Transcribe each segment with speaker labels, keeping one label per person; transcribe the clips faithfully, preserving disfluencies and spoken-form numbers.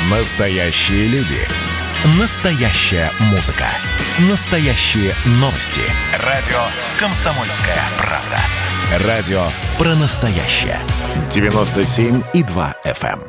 Speaker 1: Настоящие люди. Настоящая музыка. Настоящие новости. Радио «Комсомольская правда». Радио про настоящее. девяносто семь и два эф эм.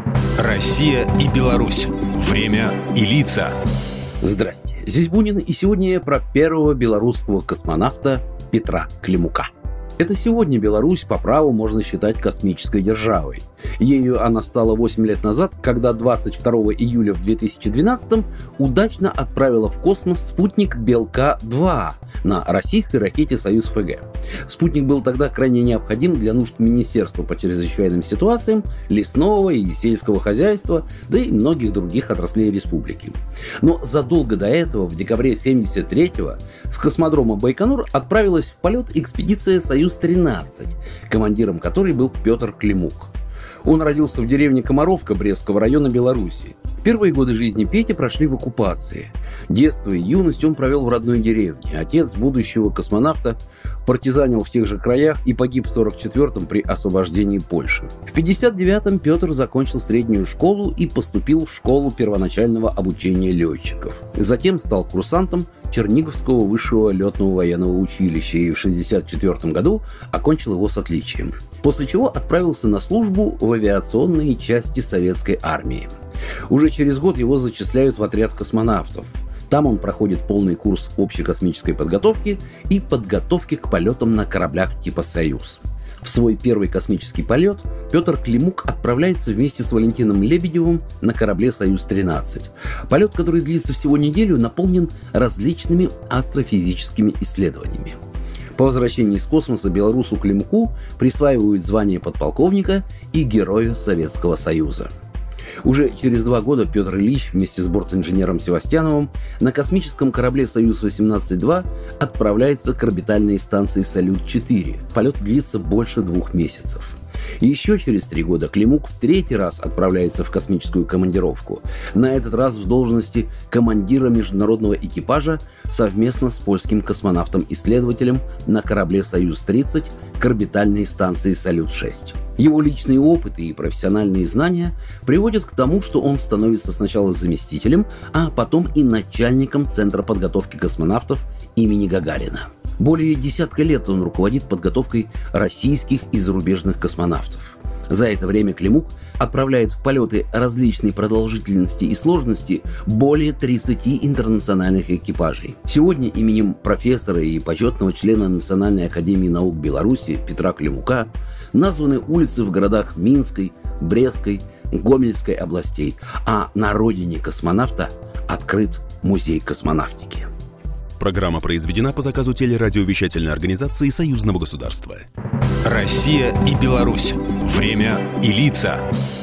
Speaker 2: Россия и Беларусь. Время и лица.
Speaker 3: Здрасте, здесь Бунин, и сегодня про первого белорусского космонавта Петра Климука. Это сегодня Беларусь по праву можно считать космической державой. Ею она стала восемь лет назад, когда двадцать второго июля в две тысячи двенадцатом удачно отправила в космос спутник Белка два на российской ракете «Союз-ФГ». Спутник был тогда крайне необходим для нужд Министерства по чрезвычайным ситуациям, лесного и сельского хозяйства, да и многих других отраслей республики. Но задолго до этого, в декабре семьдесят третьего, с космодрома Байконур отправилась в полет экспедиция «Союз-тринадцать», командиром которой был Петр Климук. Он родился в деревне Комаровка Брестского района Беларуси. Первые годы жизни Пети прошли в оккупации. Детство и юность он провел в родной деревне. Отец будущего космонавта партизанил в тех же краях и погиб в сорок четвёртом при освобождении Польши. В пятьдесят девятом Петр закончил среднюю школу и поступил в школу первоначального обучения летчиков. Затем стал курсантом Черниговского высшего летного военного училища и в шестьдесят четвёртом году окончил его с отличием. После чего отправился на службу в авиационные части советской армии. Уже через год его зачисляют в отряд космонавтов. Там он проходит полный курс общей космической подготовки и подготовки к полетам на кораблях типа «Союз». В свой первый космический полет Петр Климук отправляется вместе с Валентином Лебедевым на корабле «Союз-тринадцать». Полет, который длится всего неделю, наполнен различными астрофизическими исследованиями. По возвращении из космоса белорусу Климуку присваивают звание подполковника и Героя Советского Союза. Уже через два года Петр Ильич вместе с бортинженером Севастьяновым на космическом корабле «Союз-восемнадцать два» отправляется к орбитальной станции «Салют-четыре». Полет длится больше двух месяцев. И еще через три года Климук в третий раз отправляется в космическую командировку. На этот раз в должности командира международного экипажа совместно с польским космонавтом-исследователем на корабле «Союз-тридцать» к орбитальной станции «Салют-шесть». Его личные опыты и профессиональные знания приводят к тому, что он становится сначала заместителем, а потом и начальником Центра подготовки космонавтов имени Гагарина. Более десятка лет он руководит подготовкой российских и зарубежных космонавтов. За это время Климук отправляет в полеты различной продолжительности и сложности более тридцати интернациональных экипажей. Сегодня именем профессора и почетного члена Национальной академии наук Беларуси Петра Климука названы улицы в городах Минской, Брестской, Гомельской областей, а на родине космонавта открыт музей космонавтики.
Speaker 2: Программа произведена по заказу телерадиовещательной организации Союзного государства. Россия и Беларусь. Время и лица.